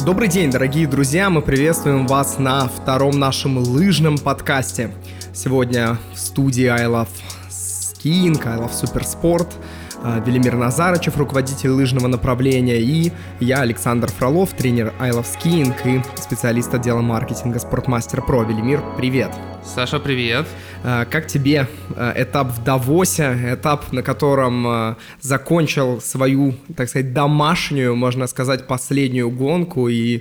Добрый день, дорогие друзья! Мы приветствуем вас на втором нашем лыжном подкасте. Сегодня в студии I Love Skiing, I Love Суперспорт, Велимир Назарычев, руководитель лыжного направления, и я, Александр Фролов, тренер I Love Skiing и специалист отдела маркетинга Спортмастер Про. Велимир, привет! Саша, привет! Как тебе этап в Давосе, этап, на котором закончил свою, так сказать, домашнюю, можно сказать, последнюю гонку и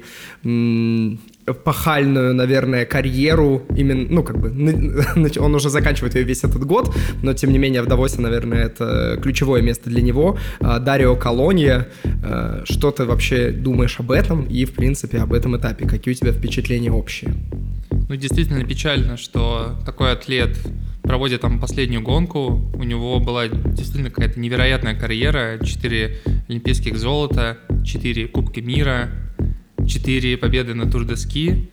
эпохальную, наверное, карьеру, именно, он уже заканчивает ее весь этот год, но, тем не менее, в Давосе, наверное, это ключевое место для него. Дарио Колонья, что ты вообще думаешь об этом и, в принципе, об этом этапе? Какие у тебя впечатления общие? Действительно печально, что такой атлет проводит там последнюю гонку. У него была действительно какая-то невероятная карьера. 4 олимпийских золота, 4 Кубка мира, 4 победы на Тур де Ски.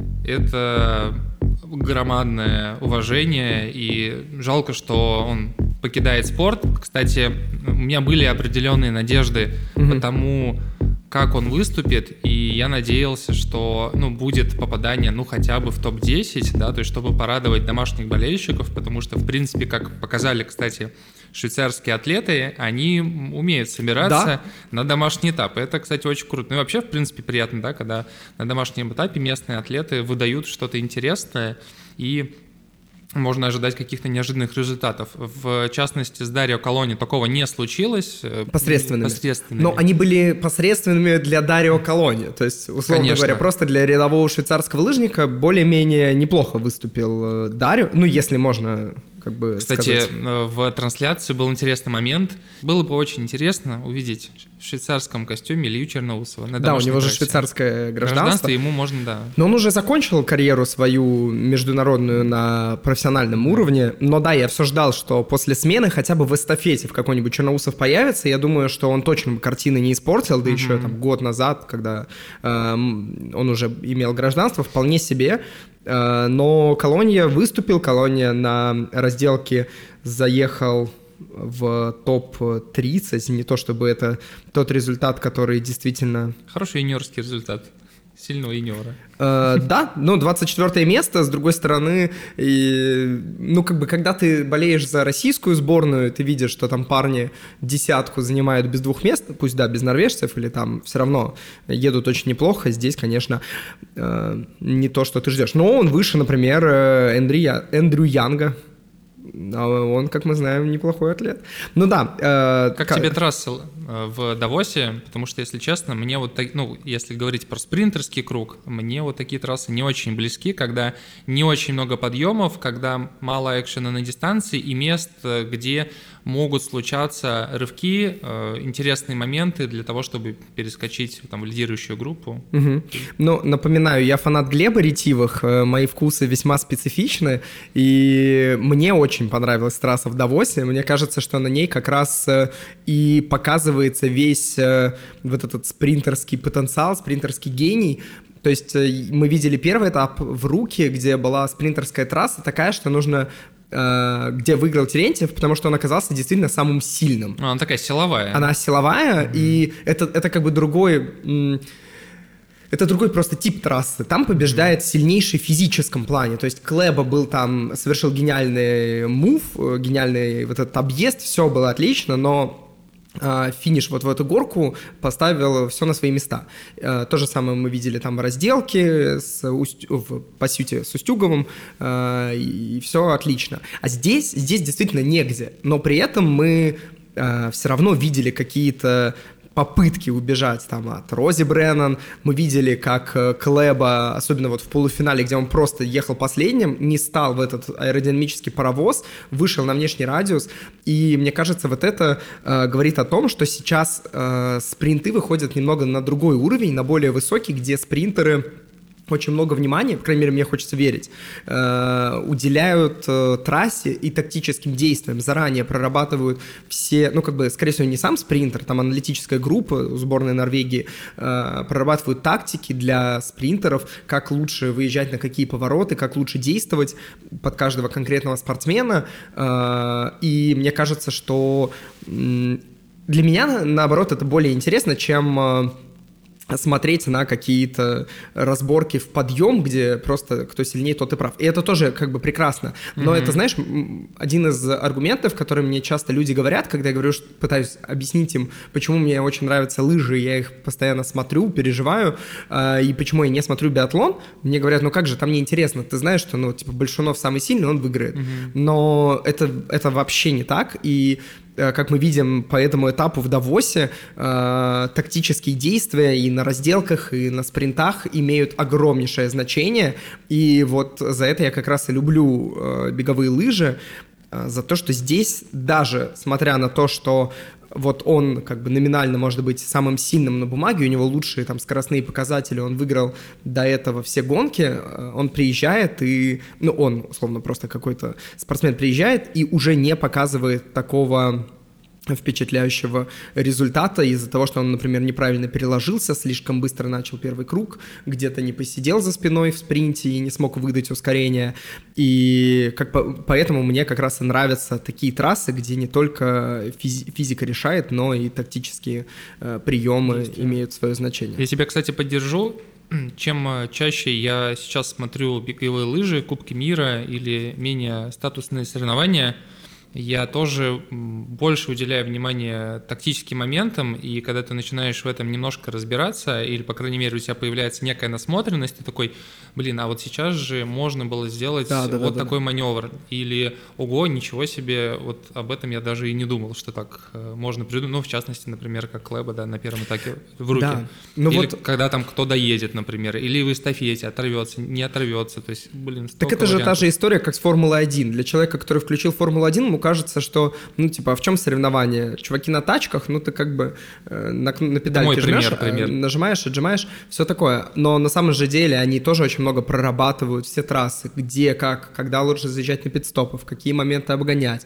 Это громадное уважение, и жалко, что он покидает спорт. Кстати, у меня были определенные надежды по тому, как он выступит, и я надеялся, что будет попадание хотя бы в топ-10, да, то есть чтобы порадовать домашних болельщиков, потому что, в принципе, как показали, кстати, швейцарские атлеты, они умеют собираться на домашний этап. Это, кстати, очень круто. И вообще, в принципе, приятно, да, когда на домашнем этапе местные атлеты выдают что-то интересное, и можно ожидать каких-то неожиданных результатов. В частности, с Дарио Колоньей такого не случилось. Посредственными. Но они были посредственными для Дарио Колоньи. То есть, условно говоря, просто для рядового швейцарского лыжника более-менее неплохо выступил Дарио. если можно Кстати, сказать. В трансляции был интересный момент. Было бы очень интересно увидеть в швейцарском костюме Илью Черноусова. Да, у него же швейцарское гражданство. Ему можно, да. Но он уже закончил карьеру свою международную на профессиональном уровне. Но да, я все ждал, что после смены хотя бы в эстафете в какой-нибудь Черноусов появится. Я думаю, что он точно картины не испортил. Да еще год назад, когда он уже имел гражданство, вполне себе. Но Колонья выступил, Колонья на разделке заехал в топ-30, не то чтобы это тот результат, который действительно... Хороший юниорский результат, сильного юниора. Да, 24 место, с другой стороны, когда ты болеешь за российскую сборную, ты видишь, что там парни десятку занимают без 2 мест, пусть да, без норвежцев, или там все равно едут очень неплохо, здесь, конечно, не то, что ты ждешь. Но он выше, например, Эндрю Янга. Он, как мы знаем, неплохой атлет. Как тебе трасса в Давосе? Потому что, если честно, мне если говорить про спринтерский круг, мне такие трассы не очень близки, когда не очень много подъемов, когда мало экшена на дистанции и мест, где могут случаться рывки, интересные моменты для того, чтобы перескочить в лидирующую группу. Напоминаю, я фанат Глеба Ретивых, мои вкусы весьма специфичны, и мне очень понравилась трасса в Давосе. Мне кажется, что на ней как раз и показывается весь вот этот спринтерский потенциал, спринтерский гений. То есть мы видели первый этап в Руке, где была спринтерская трасса такая, что нужно... где выиграл Терентьев, потому что он оказался действительно самым сильным. Она такая силовая. Она силовая, и это как бы другой... Это другой просто тип трассы. Там побеждает сильнейший в физическом плане. То есть Клэба был там, совершил гениальный мув, гениальный вот этот объезд, все было отлично, но финиш вот в эту горку поставил все на свои места. То же самое мы видели там в разделке по сути с Устюговым, и все отлично. А здесь действительно негде, но при этом мы все равно видели какие-то попытки убежать там от Рози Бреннан. Мы видели, как Клэба, особенно в полуфинале, где он просто ехал последним, не стал в этот аэродинамический паровоз, вышел на внешний радиус. И мне кажется, вот это говорит о том, что сейчас спринты выходят немного на другой уровень, на более высокий, где спринтеры очень много внимания, по крайней мере, мне хочется верить, уделяют трассе и тактическим действиям, заранее прорабатывают все, скорее всего, не сам спринтер, там аналитическая группа у сборной Норвегии прорабатывают тактики для спринтеров, как лучше выезжать на какие повороты, как лучше действовать под каждого конкретного спортсмена, и мне кажется, что для меня, наоборот, это более интересно, чем смотреть на какие-то разборки в подъем, где просто кто сильнее, тот и прав. И это тоже как бы прекрасно. Но это, знаешь, один из аргументов, который мне часто люди говорят, когда я говорю, пытаюсь объяснить им, почему мне очень нравятся лыжи, я их постоянно смотрю, переживаю, и почему я не смотрю биатлон. Мне говорят, ну как же, там неинтересно. Ты знаешь, что, ну, типа, Большунов самый сильный, он выиграет. Но это вообще не так. И как мы видим по этому этапу в Давосе, тактические действия и на разделках, и на спринтах имеют огромнейшее значение. И вот за это я как раз и люблю беговые лыжи, за то, что здесь, даже смотря на то, что вот он как бы номинально может быть самым сильным на бумаге, у него лучшие там скоростные показатели, он выиграл до этого все гонки, он приезжает и, ну, он, условно, просто какой-то спортсмен приезжает и уже не показывает такого впечатляющего результата из-за того, что он, например, неправильно переложился, слишком быстро начал первый круг, где-то не посидел за спиной в спринте и не смог выдать ускорение. И поэтому мне как раз и нравятся такие трассы, где не только физика решает, но и тактические приемы имеют свое значение. Я тебя, кстати, поддержу. Чем чаще я сейчас смотрю беговые лыжи, Кубки мира или менее статусные соревнования, я тоже больше уделяю внимание тактическим моментам, и когда ты начинаешь в этом немножко разбираться, или, по крайней мере, у тебя появляется некая насмотренность, ты такой, блин, а вот сейчас же можно было сделать такой маневр, или, ого, ничего себе, вот об этом я даже и не думал, что так можно придумать, ну, в частности, например, как Клэба, да, на первом этапе в руки, или вот когда там кто доедет, например, или в эстафете оторвется, не оторвется, то есть, блин, столько Так это же вариантов. та же история, как с Формулой-1. Для человека, который включил Формулу-1, ему кажется, что, ну, типа, а в чем соревнование? Чуваки на тачках, ну, ты как бы на педальки жмешь, нажимаешь, отжимаешь, все такое. Но на самом же деле они тоже очень много прорабатывают все трассы, где, как, когда лучше заезжать на пит-стопы, в какие моменты обгонять.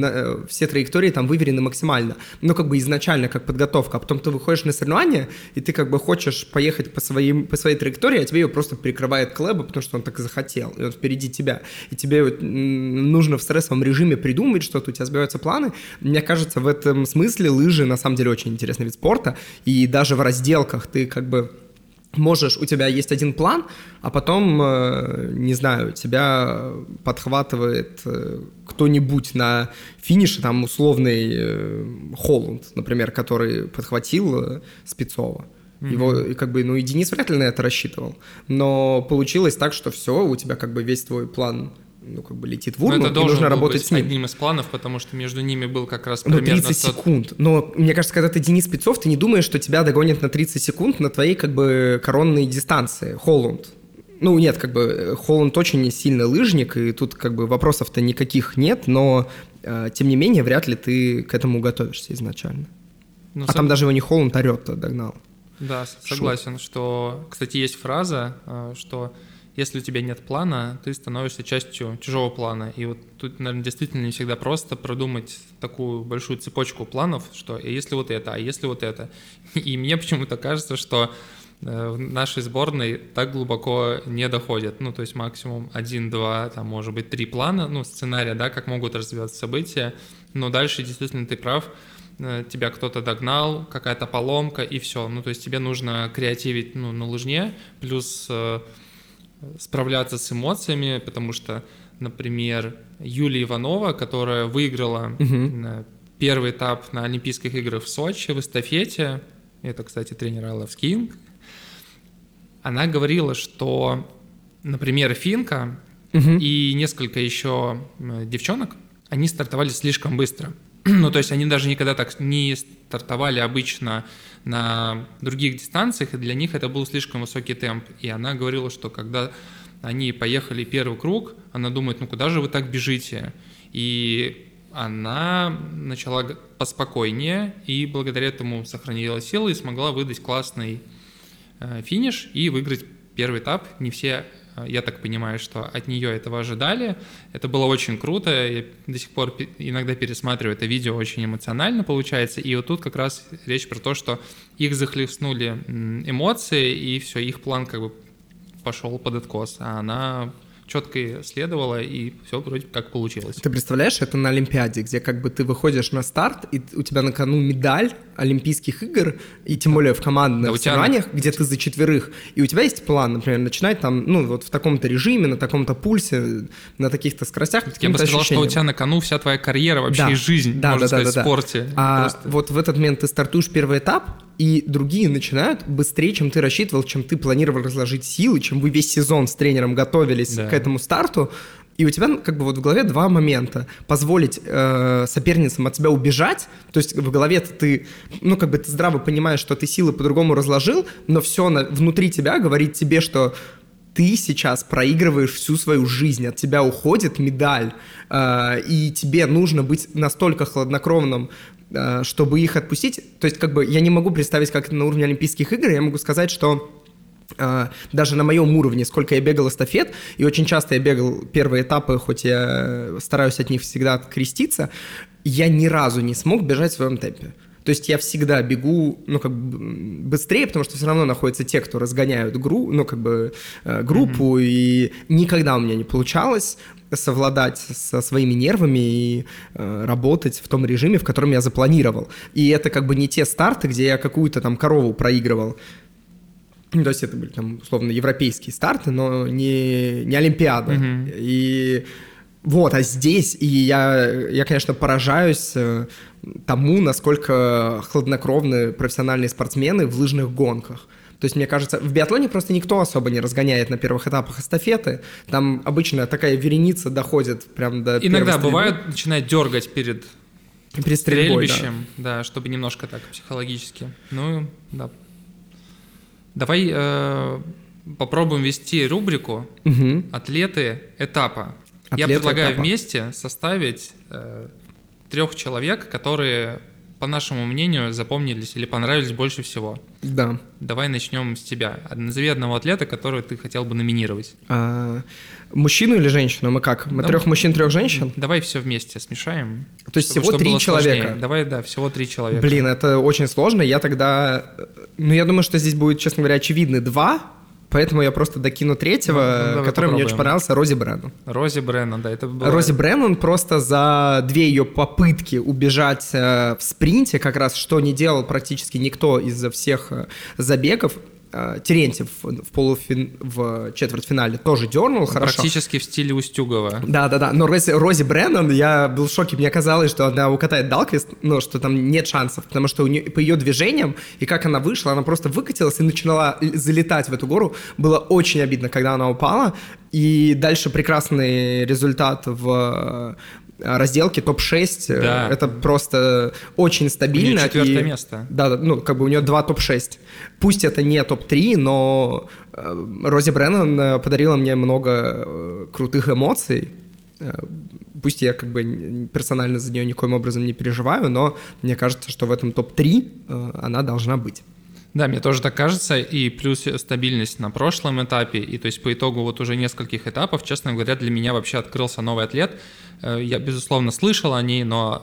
Все траектории там выверены максимально. Ну, как бы изначально, как подготовка. А потом ты выходишь на соревнования, и ты как бы хочешь поехать по своей траектории, а тебе ее просто прикрывает Клэба, потому что он так захотел, и он впереди тебя. И тебе нужно в стрессовом режиме придумывать что-то, у тебя сбиваются планы. Мне кажется, в этом смысле лыжи на самом деле очень интересный вид спорта, и даже в разделках ты как бы можешь, у тебя есть один план, а потом, не знаю, тебя подхватывает кто-нибудь на финише, там условный Холланд, например, который подхватил Спецова. Его, и как бы, ну и Денис вряд ли на это рассчитывал, но получилось так, что все, у тебя как бы весь твой план, ну, как бы летит в урну, и нужно работать с ним. Это одним из планов, потому что между ними был как раз примерно... 30 секунд. Но мне кажется, когда ты Денис Спецов, ты не думаешь, что тебя догонят на 30 секунд на твоей как бы коронной дистанции. Холланд. Ну, нет, как бы Холланд очень сильный лыжник, и тут как бы вопросов-то никаких нет, но тем не менее вряд ли ты к этому готовишься изначально. Ну, там даже его не Холланд, а Рётта догнал. Да, согласен, что, кстати, есть фраза, что если у тебя нет плана, ты становишься частью чужого плана. И вот тут, наверное, действительно не всегда просто продумать такую большую цепочку планов, что если вот это, а если вот это. И мне почему-то кажется, что в нашей сборной так глубоко не доходят. Ну, то есть максимум 1-2, там, может быть, 3 плана, ну, сценария, да, как могут развиваться события. Но дальше действительно ты прав. Тебя кто-то догнал, какая-то поломка, и все. Ну, то есть тебе нужно креативить, ну, на лыжне, плюс справляться с эмоциями, потому что, например, Юлия Иванова, которая выиграла первый этап на Олимпийских играх в Сочи в эстафете, это, кстати, тренер I Love Skiing, она говорила, что, например, финка и несколько еще девчонок, они стартовали слишком быстро. Ну, то есть они даже никогда так не стартовали обычно на других дистанциях, и для них это был слишком высокий темп. И она говорила, что когда они поехали первый круг, она думает, ну куда же вы так бежите? И она начала поспокойнее, и благодаря этому сохранила силы и смогла выдать классный финиш и выиграть первый этап. Не все, я так понимаю, что от нее этого ожидали. Это было очень круто. Я до сих пор иногда пересматриваю это видео, очень эмоционально получается. И вот тут как раз речь про то, что их захлестнули эмоции, и все, их план как бы пошел под откос, а она четко следовало, и все вроде как получилось. Ты представляешь, это на Олимпиаде, где как бы ты выходишь на старт, и у тебя на кону медаль Олимпийских игр, и тем более в командных соревнованиях, где ты за четверых, и у тебя есть план, например, начинать там, ну, вот в таком-то режиме, на таком-то пульсе, на таких-то скоростях. Я бы сказал, что у тебя на кону вся твоя карьера вообще и жизнь, можно сказать, в спорте. Вот в этот момент ты стартуешь первый этап, и другие начинают быстрее, чем ты рассчитывал, чем ты планировал разложить силы, чем вы весь сезон с тренером готовились к этому старту. И у тебя как бы вот в голове два момента. Позволить соперницам от тебя убежать, то есть в голове ты, ну как бы ты здраво понимаешь, что ты силы по-другому разложил, но все внутри тебя говорит тебе, что ты сейчас проигрываешь всю свою жизнь, от тебя уходит медаль, и тебе нужно быть настолько хладнокровным, чтобы их отпустить. То есть как бы я не могу представить, как это на уровне Олимпийских игр, я могу сказать, что даже на моем уровне, сколько я бегал эстафет, и очень часто я бегал первые этапы, хоть я стараюсь от них всегда откреститься, я ни разу не смог бежать в своем темпе. То есть я всегда бегу, ну, как бы быстрее, потому что все равно находятся те, кто разгоняют группу, и никогда у меня не получалось совладать со своими нервами и работать в том режиме, в котором я запланировал. И это как бы не те старты, где я какую-то там корову проигрывал. То есть это были там, условно, европейские старты, но не Олимпиада. И вот, а здесь, и я, конечно, поражаюсь тому, насколько хладнокровны профессиональные спортсмены в лыжных гонках. То есть, мне кажется, в биатлоне просто никто особо не разгоняет на первых этапах эстафеты. Там обычно такая вереница доходит прям до иногда бывает, начинает дергать перед стрельбой, стрельбищем, да, чтобы немножко так психологически. Ну, да. Давай попробуем ввести рубрику «Атлеты этапа». Я предлагаю вместе составить 3 человек, которые, по нашему мнению, запомнились или понравились больше всего. Да. Давай начнем с тебя. Назови одного атлета, которого ты хотел бы номинировать. Мужчину или женщину? Мы как? Мы 3 мужчин, 3 женщин? Давай все вместе смешаем. То есть всего 3 человека? Сложнее. Давай, да, всего 3 человека. Блин, это очень сложно. Я тогда... Ну, я думаю, что здесь будет, честно говоря, очевидны 2. Поэтому я просто докину 3-го, который мне очень понравился, Рози Бреннан. Рози Бреннан, да, это было... Рози Бреннан просто за 2 ее попытки убежать в спринте, как раз что не делал практически никто из всех забегов. Терентьев в четвертьфинале тоже дернул хорошо. Практически в стиле Устюгова. Да. Но Рози Бреннан, я был в шоке. Мне казалось, что она укатает Далквист, но что там нет шансов, потому что по ее движениям и как она вышла, она просто выкатилась и начала залетать в эту гору. Было очень обидно, когда она упала. И дальше прекрасный результат в разделке топ-6, да. Это просто очень стабильно. У нее 4-е место. Да, ну, как бы у нее 2 топ-6. Пусть это не топ-3, но Рози Бреннан подарила мне много крутых эмоций. Пусть я как бы персонально за нее никоим образом не переживаю, но мне кажется, что в этом топ-3 она должна быть. Да, мне тоже так кажется, и плюс стабильность на прошлом этапе, и то есть по итогу вот уже нескольких этапов, честно говоря, для меня вообще открылся новый атлет. Я, безусловно, слышал о ней, но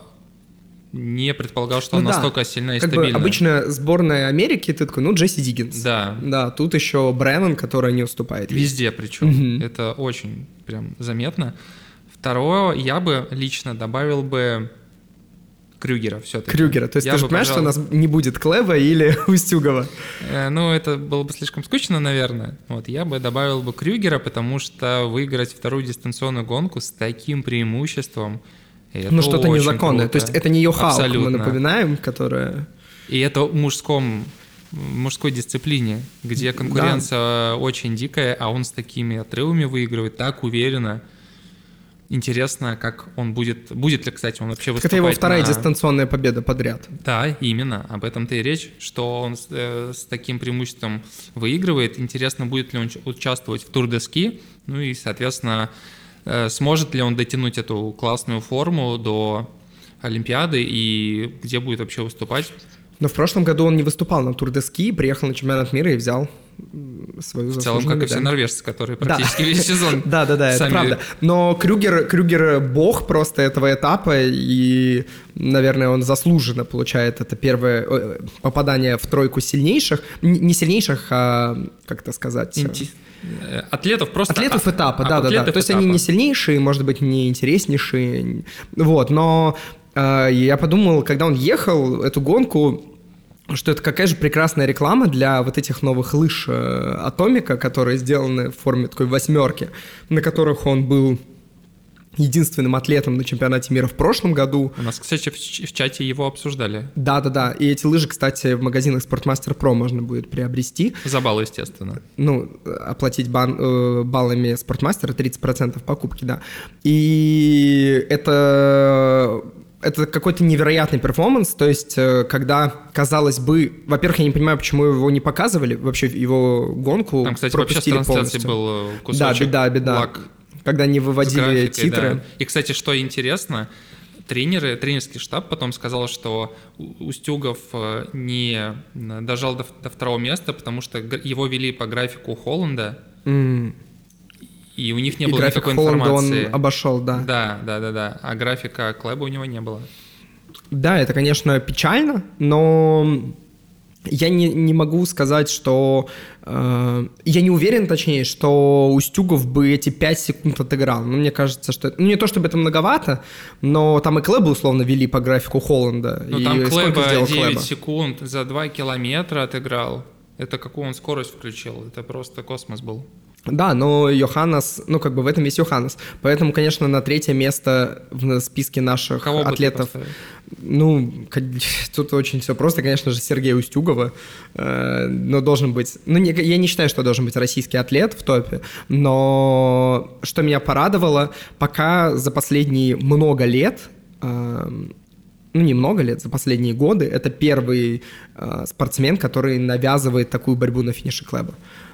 не предполагал, что она настолько сильна и стабильна. Обычно сборная Америки, ты такой, Джесси Диггинс. Да. Да, тут еще Бреннан, которая не уступает. Везде причем, это очень прям заметно. Второе, я бы лично добавил бы Крюгера все-таки. Крюгера, то есть ты же понимаешь, что у нас не будет Клева или Устюгова? Ну, это было бы слишком скучно, наверное. Вот, я бы добавил бы Крюгера, потому что выиграть 2-ю дистанционную гонку с таким преимуществом, это что-то незаконное. Круто. То есть это не Йохаук, абсолютно. Мы напоминаем, которая... И это в мужской дисциплине, где конкуренция очень дикая, а он с такими отрывами выигрывает так уверенно. Интересно, как он будет ли, кстати, он вообще выступать. Это его 2-я дистанционная победа подряд. Да, именно, об этом-то и речь, что он с таким преимуществом выигрывает. Интересно, будет ли он участвовать в Тур-де-Ски, ну и, соответственно, сможет ли он дотянуть эту классную форму до Олимпиады и где будет вообще выступать. Но в прошлом году он не выступал на Тур-де-Ски, приехал на чемпионат мира и взял свою В целом, заслуженную как и медаль. все норвежцы, которые практически весь сезон Да, это правда. Но Крюгер бог просто этого этапа, и, наверное, он заслуженно получает это первое попадание в тройку сильнейших. Не сильнейших, а, как это сказать... Атлетов просто... Атлетов этапа, да. То есть они не сильнейшие, может быть, не интереснейшие. Вот, но я подумал, когда он ехал эту гонку, что это какая же прекрасная реклама для вот этих новых лыж Атомика, которые сделаны в форме такой восьмерки, на которых он был единственным атлетом на чемпионате мира в прошлом году. У нас, кстати, в чате его обсуждали. Да. И эти лыжи, кстати, в магазинах Sportmaster Pro можно будет приобрести. За баллы, естественно. Ну, оплатить баллами Sportmaster 30% покупки, да. И это какой-то невероятный перформанс, то есть когда, казалось бы, во-первых, я не понимаю, почему его не показывали, вообще его гонку там, кстати, пропустили вообще с трансляции полностью. был кусочек. Да, беда. Лак когда не выводили графикой, титры. Да. И, кстати, что интересно, тренерский штаб потом сказал, что Устюгов не дожал до второго места, потому что его вели по графику Холланда, и у них не было никакой информации. Он обошел, да. Да. А графика Клэба у него не было. Да, это, конечно, печально, но я не могу сказать, что... я не уверен, точнее, что Устюгов бы эти 5 секунд отыграл. Ну, мне кажется, что... Ну, не то, чтобы это многовато, но там и Клэба условно вели по графику Холланда. Ну, там Клэба 9 секунд за 2 километра отыграл. Это какую он скорость включил? Это просто космос был. Да, но Йоханнес, ну, как бы в этом есть Йоханнес. Поэтому, конечно, на третье место в списке наших Кого атлетов... Ну, тут очень все просто, конечно же, Сергея Устюгова, но должен быть... Ну, я не считаю, что должен быть российский атлет в топе, но что меня порадовало, пока за последние много лет... Ну, не много лет, за последние годы, это первый спортсмен, который навязывает такую борьбу на финише Клэба.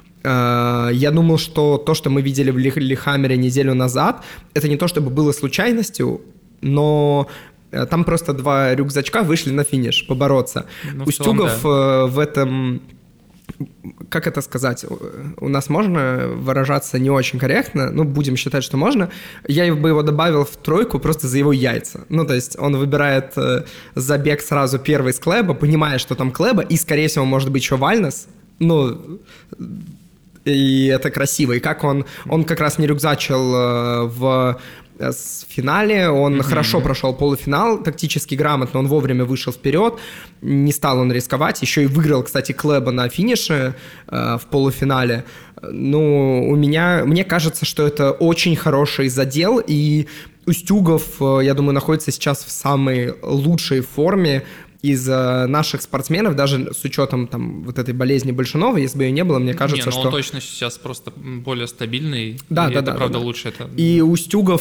Я думал, что то, что мы видели в Лillehammer неделю назад, это не то, чтобы было случайностью, но там просто 2 рюкзачка вышли на финиш побороться. Ну, Устюгов да. В этом... Как это сказать? У нас можно выражаться не очень корректно, но будем считать, что можно. Я бы его добавил в тройку просто за его яйца. Ну, то есть он выбирает забег сразу первый с Клэба, понимая, что там Клэба, и, скорее всего, может быть, еще Вальнес. Ну... И это красиво. И как он как раз не рюкзачил в финале, он хорошо прошел полуфинал, тактически грамотно, он вовремя вышел вперед, не стал он рисковать, еще и выиграл, кстати, Клэба на финише в полуфинале. Ну, мне кажется, что это очень хороший задел, и Устюгов, я думаю, находится сейчас в самой лучшей форме из наших спортсменов, даже с учетом там вот этой болезни Большунова, если бы ее не было, мне кажется, что... он точно сейчас просто более стабильный, да, и да, это, да, правда, да. лучше. Это... И Устюгов,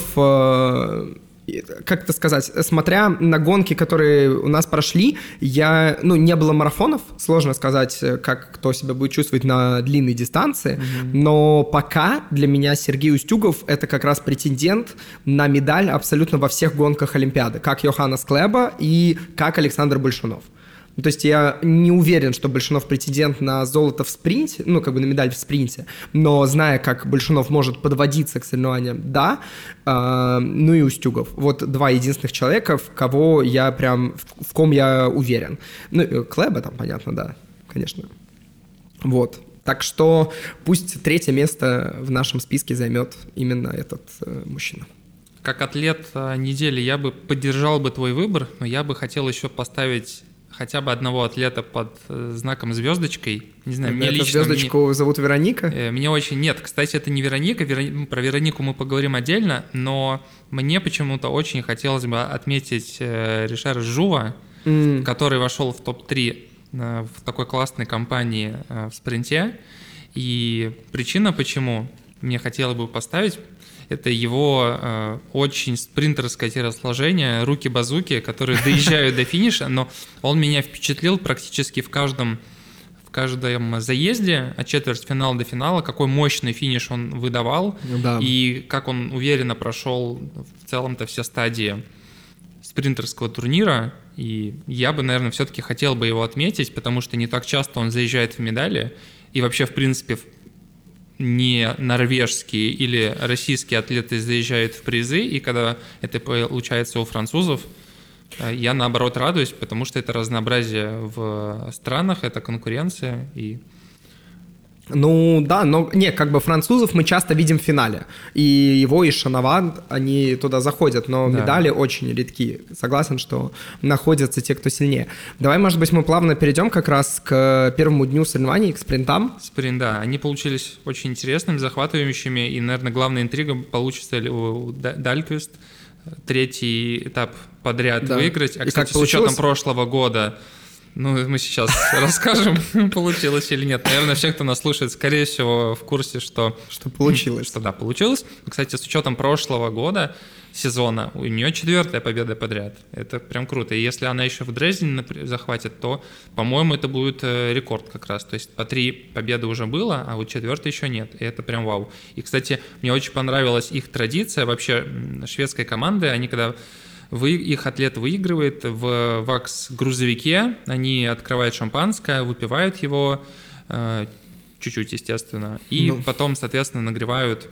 как это сказать, смотря на гонки, которые у нас прошли, не было марафонов, сложно сказать, как кто себя будет чувствовать на длинной дистанции, но пока для меня Сергей Устюгов это как раз претендент на медаль абсолютно во всех гонках Олимпиады, как Йоханнес Клэба и как Александр Большунов. То есть я не уверен, что Большунов претендент на золото в спринте, ну, как бы на медаль в спринте, но зная, как Большунов может подводиться к соревнованиям, да, ну и Устюгов. Вот 2 единственных человека, в ком я уверен. Ну, Клэба там, понятно, да, конечно. Вот. Так что пусть 3-е место в нашем списке займет именно этот мужчина. Как атлет недели я бы поддержал бы твой выбор, но я бы хотел еще поставить хотя бы одного атлета под знаком звездочкой. Не знаю, мне лично... Звездочку зовут Вероника? Мне очень... Нет, кстати, это не Вероника. Про Веронику мы поговорим отдельно, но мне почему-то очень хотелось бы отметить Ришара Жува, который вошел в топ-3 в такой классной компании в спринте. И причина, почему мне хотелось бы поставить, это его очень спринтерское телосложение, руки-базуки, которые доезжают до финиша, но он меня впечатлил практически в каждом заезде от четвертьфинала до финала, какой мощный финиш он выдавал, да. И как он уверенно прошел в целом-то все стадии спринтерского турнира. И я бы, наверное, все-таки хотел бы его отметить, потому что не так часто он заезжает в медали, и вообще, в принципе, не норвежские или российские атлеты заезжают в призы, и когда это получается у французов, я наоборот радуюсь, потому что это разнообразие в странах, это конкуренция и... Ну да, но не, как бы французов мы часто видим в финале. И его, и Шановат, они туда заходят, но да. медали очень редки. Согласен, что находятся те, кто сильнее. Давай, может быть, мы плавно перейдем как раз к первому дню соревнований, к спринтам. Спринт, да. Они получились очень интересными, захватывающими, и, наверное, главная интрига получится ли у Дальквист третий этап подряд выиграть. А, кстати, с учетом прошлого года... Ну, мы сейчас расскажем, получилось или нет. Наверное, все, кто нас слушает, скорее всего, в курсе, что получилось. Что да, получилось. Кстати, с учетом прошлого года, сезона, у нее 4-я победа подряд. Это прям круто. И если она еще в Дрездене захватит, то, по-моему, это будет рекорд как раз. То есть по 3 победы уже было, а вот 4-й еще нет. И это прям вау. И, кстати, мне очень понравилась их традиция вообще шведской команды. Они когда... Их атлет выигрывает в ВАКС-грузовике, они открывают шампанское, выпивают его, чуть-чуть, естественно, и потом, соответственно, нагревают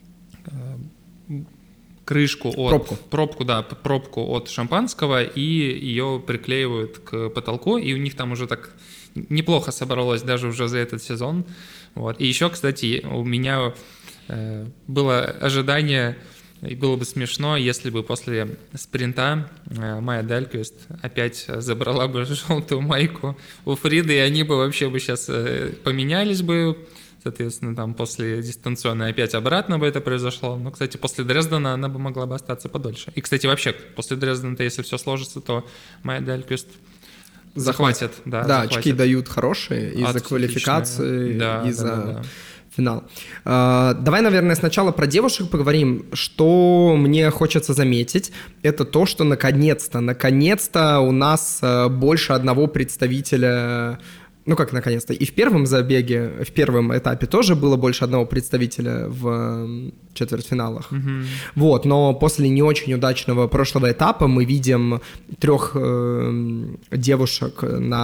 крышку пробку от шампанского, и ее приклеивают к потолку, и у них там уже так неплохо собралось даже уже за этот сезон. Вот. И еще, кстати, у меня было ожидание... И было бы смешно, если бы после спринта Майя Дальквист опять забрала бы желтую майку у Фриды, и они бы вообще бы сейчас поменялись бы, соответственно, там после дистанционной опять обратно бы это произошло. Но, кстати, после Дрездена она бы могла бы остаться подольше. И, кстати, вообще, после Дрездена-то, если все сложится, то Майя Дальквист захватит. Да, очки дают хорошие и за квалификации, и за... финал. Давай, наверное, сначала про девушек поговорим. Что мне хочется заметить, это то, что наконец-то у нас больше одного представителя, ну как наконец-то, и в первом забеге, в первом этапе тоже было больше одного представителя в четвертьфиналах. Вот, но после не очень удачного прошлого этапа мы видим 3 девушек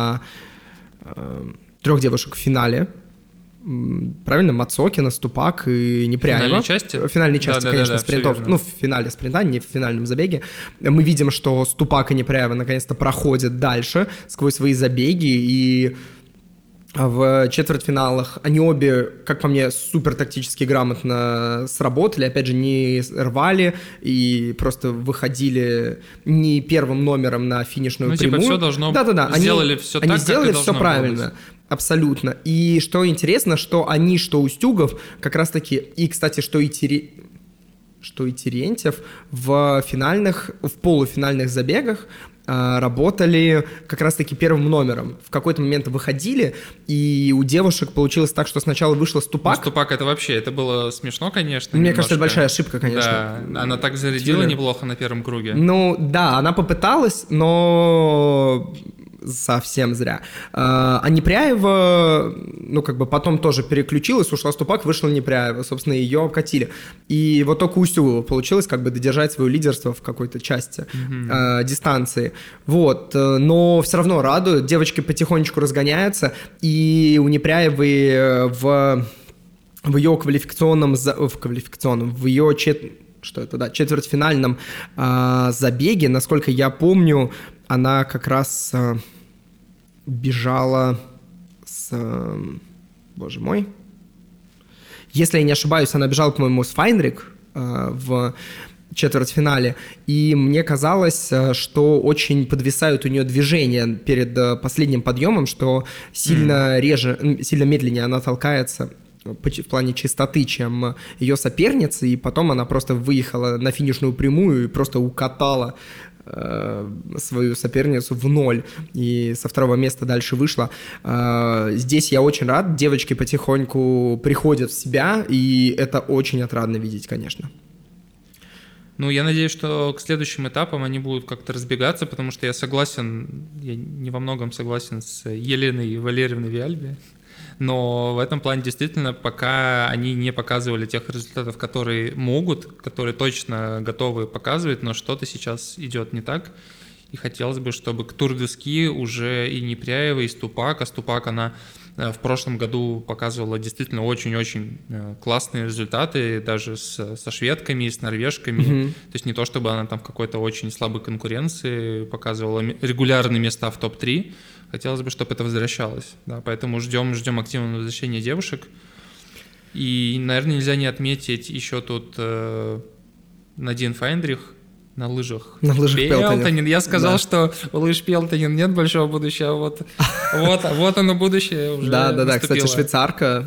в финале. Правильно, Мацокина, Ступак и Непряева. В финальной части, конечно, спринтов. Ну, в финале спринта, не в финальном забеге. Мы видим, что Ступак и Непряева наконец-то проходят дальше сквозь свои забеги, и в четвертьфиналах они обе, как по мне, супер тактически грамотно сработали, опять же, не рвали и просто выходили не первым номером на финишную прямую. Все должно... Да-да-да. Сделали все так, они сделали как и все правильно. Быть. Абсолютно. И что интересно, что они, что Устюгов, как раз-таки, и, кстати, что и Терентьев в полуфинальных забегах работали как раз-таки первым номером. В какой-то момент выходили, и у девушек получилось так, что сначала вышла Ступак. Ступак это вообще, это было смешно, конечно. Мне кажется, это большая ошибка, конечно. Да, она так зарядила неплохо на первом круге. Ну, да, она попыталась, но... совсем зря. А Непряева, потом тоже переключилась, ушла Ступак, вышла Непряева, собственно, ее обкатили. И вот только у Устюгова получилось додержать свое лидерство в какой-то части дистанции. Вот, но все равно радует, девочки потихонечку разгоняются, и у Непряевой в ее четвертьфинальном забеге, насколько я помню, она как раз бежала боже мой, если я не ошибаюсь, она бежала, по-моему, с Файнрик в четвертьфинале, и мне казалось, что очень подвисают у нее движения перед последним подъемом, что сильно медленнее она толкается в плане чистоты, чем ее соперница, и потом она просто выехала на финишную прямую и просто укатала свою соперницу в ноль, и со второго места дальше вышла. Здесь я очень рад, девочки потихоньку приходят в себя, и это очень отрадно видеть, конечно. Ну, я надеюсь, что к следующим этапам они будут как-то разбегаться, потому что я не во многом согласен с Еленой Валерьевной Виальби, но в этом плане действительно пока они не показывали тех результатов, которые могут, которые точно готовы показывать, но что-то сейчас идет не так, и хотелось бы, чтобы к Тур-де-Ски уже и Непряева, и Ступак, а Ступак она в прошлом году показывала действительно очень-очень классные результаты, даже со шведками, с норвежками. То есть не то, чтобы она там в какой-то очень слабой конкуренции показывала регулярные места в топ-3. Хотелось бы, чтобы это возвращалось. Да, поэтому ждем активного возвращения девушек. И, наверное, нельзя не отметить еще тут Надин Файндрих на лыжах. На лыжах Пелтонен. Я сказал, что у лыж Пелтонен нет большого будущего, вот оно будущее уже Да, кстати, швейцарка,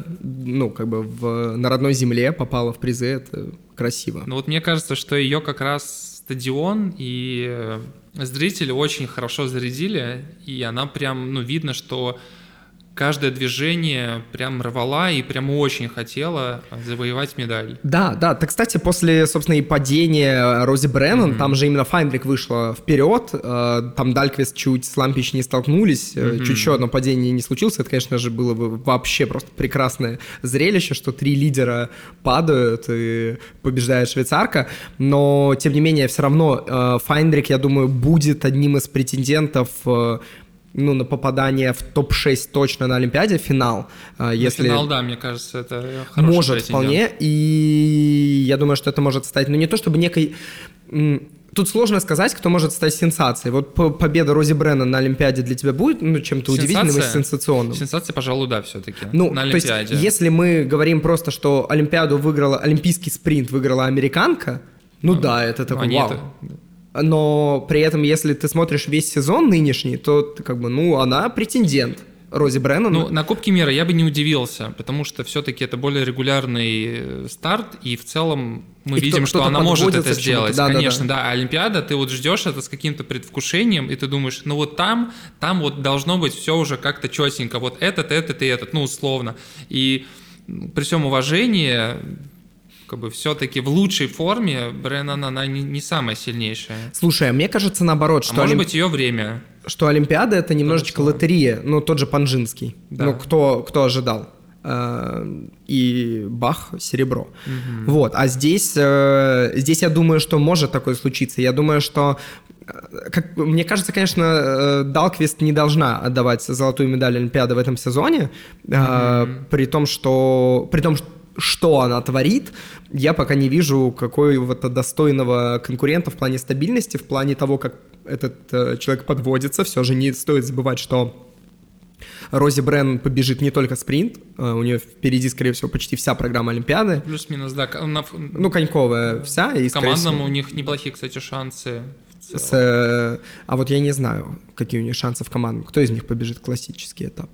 на родной земле попала в призы, это красиво. Ну вот мне кажется, что ее как раз стадион и зрители очень хорошо зарядили, и она прям, видно, что каждое движение прям рвала и прям очень хотела завоевать медаль. Да. Так, кстати, после, собственно, и падения Рози Бреннан, там же именно Файндрих вышла вперед, там Дальквист чуть с Лампич не столкнулись, чуть еще одно падение не случилось. Это, конечно же, было бы вообще просто прекрасное зрелище, что 3 лидера падают и побеждает швейцарка. Но, тем не менее, все равно Файндрих, я думаю, будет одним из претендентов на попадание в топ-6 точно на Олимпиаде, финал. Если... Финал, да, мне кажется, это хороший может претендент. Вполне, и я думаю, что это может стать, не то чтобы некой... Тут сложно сказать, кто может стать сенсацией. Вот победа Рози Бреннан на Олимпиаде для тебя будет чем-то удивительным и сенсационным? Сенсация, пожалуй, да, все-таки. На Олимпиаде. То есть, если мы говорим просто, что Олимпиаду выиграла, олимпийский спринт выиграла американка, да, это такой вау. Но при этом, если ты смотришь весь сезон нынешний, то она претендент. Рози Бреннан. На Кубке мира я бы не удивился, потому что все-таки это более регулярный старт, и в целом мы видим, что она может это сделать. Конечно, да. А Олимпиада, ты вот ждешь это с каким-то предвкушением, и ты думаешь, там вот должно быть все уже как-то четенько, вот этот и этот, условно. И при всем уважении... все-таки в лучшей форме Бреннан, она не самая сильнейшая. Слушай, мне кажется наоборот, что... может быть, ее время. Что Олимпиада — это немножечко лотерея, тот же Панжинский. Да. Кто ожидал? И Бах — серебро. Вот, а здесь я думаю, что может такое случиться. Я думаю, что... Мне кажется, конечно, Далквист не должна отдавать золотую медаль Олимпиады в этом сезоне, при том, что она творит, я пока не вижу какого-то достойного конкурента в плане стабильности, в плане того, как этот человек подводится. Все же не стоит забывать, что Рози Бреннан побежит не только спринт, у нее впереди, скорее всего, почти вся программа Олимпиады. Плюс-минус, да. Коньковая вся. И, в командном у них неплохие, кстати, шансы. А вот я не знаю, какие у них шансы в командном. Кто из них побежит классический этап?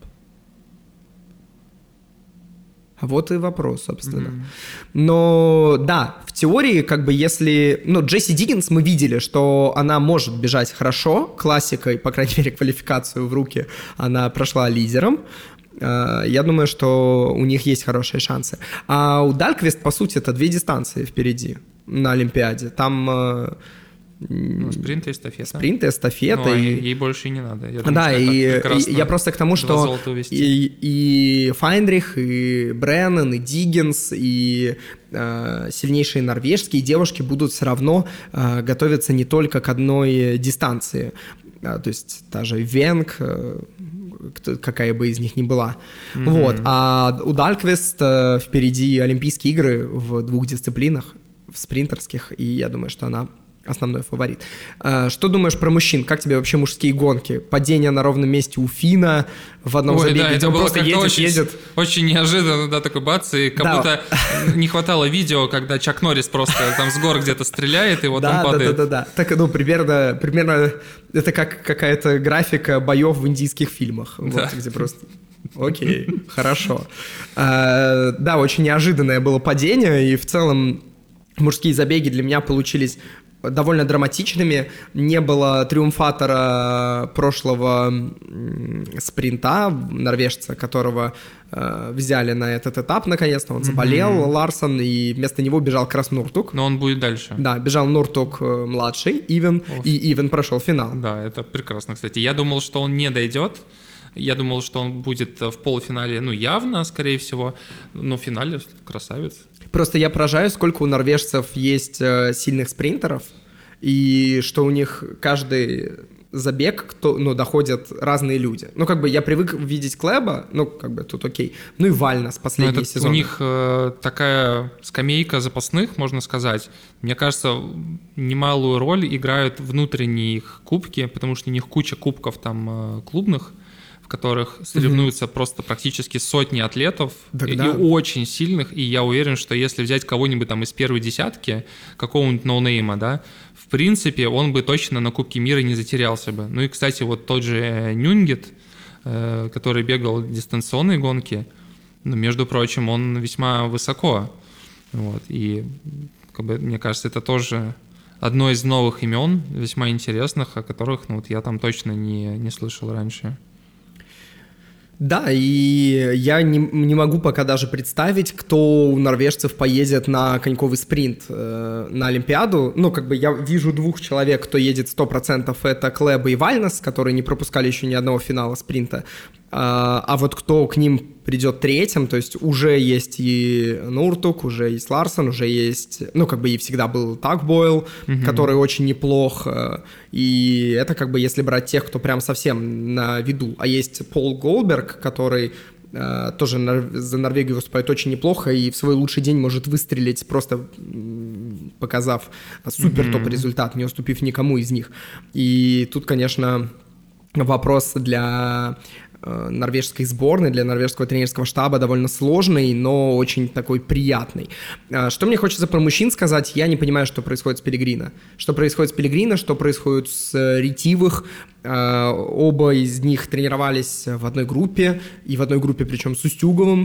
Вот и вопрос, собственно. Но да, в теории, если... Джесси Диггинс мы видели, что она может бежать хорошо, классикой, по крайней мере, квалификацию в руки она прошла лидером. Я думаю, что у них есть хорошие шансы. А у Дальквист, по сути, это 2 дистанции впереди на Олимпиаде. Там... спринт и эстафета. Спринт и эстафета. Ей больше и не надо. Я думаю, да, и я просто к тому, что и Файндрих, и Бреннан, и Диггинс, и сильнейшие норвежские девушки будут все равно готовиться не только к одной дистанции. То есть та же Венг, какая бы из них ни была. Вот. А у Дальквист впереди Олимпийские игры в 2 дисциплинах, в спринтерских, и я думаю, что она основной фаворит. Что думаешь про мужчин? Как тебе вообще мужские гонки? Падение на ровном месте у Фина в одном забеге, где он просто едет. Очень неожиданно, да, такой бац, и как будто не хватало видео, когда Чак Норрис просто там с гор где-то стреляет, и вот он падает. Да. Так, примерно это как какая-то графика боев в индийских фильмах. Вот, где просто... Окей, хорошо. Да, очень неожиданное было падение, и в целом мужские забеги для меня получились довольно драматичными. Не было триумфатора прошлого спринта, норвежца, которого взяли на этот этап наконец-то. Он заболел, Ларсон, и вместо него бежал как раз Нуртук. Но он будет дальше. Да, бежал Нуртук младший, Ивен, и Ивен прошел финал. Да, это прекрасно, кстати. Я думал, что он не дойдет. Я думал, что он будет в полуфинале, явно, скорее всего, но в финале красавец. Просто я поражаюсь, сколько у норвежцев есть сильных спринтеров, и что у них каждый забег, доходят разные люди. Ну, как бы я привык видеть Клэба, ну, как бы тут окей. Ну и Вальнос последний сезон. У них такая скамейка запасных, можно сказать. Мне кажется, немалую роль играют внутренние их кубки, потому что у них куча кубков там клубных, в которых соревнуются просто практически сотни атлетов, и очень сильных, и я уверен, что если взять кого-нибудь там из первой десятки, какого-нибудь ноунейма, да, в принципе, он бы точно на Кубке мира не затерялся бы. Ну и, кстати, вот тот же Нюнгет, который бегал дистанционные гонки, ну, между прочим, он весьма высоко, вот, и, как бы, мне кажется, это тоже одно из новых имен, весьма интересных, о которых, ну, вот я там точно не слышал раньше. Да, и я не могу пока даже представить, кто у норвежцев поедет на коньковый спринт на Олимпиаду. Ну, как бы я вижу двух человек, кто едет 100%, это Клэб и Вальнос, которые не пропускали еще ни одного финала спринта. А вот кто к ним придет третьим, то есть уже есть и Нуртук, уже есть Ларсон, уже есть, ну, как бы и всегда был Такбойл, который очень неплох, и это как бы если брать тех, кто прям совсем на виду. А есть Пол Голберг, который тоже за Норвегию выступает очень неплохо и в свой лучший день может выстрелить, просто показав супер топ-результат, не уступив никому из них. И тут, конечно, вопрос для норвежской сборной, для норвежского тренерского штаба довольно сложный, но очень такой приятный. Что мне хочется про мужчин сказать, я не понимаю, что происходит с Пеллегрино. Что происходит с Пеллегрино, что происходит с Ретивых. Оба из них тренировались в одной группе, и в одной группе причем с Устюговым,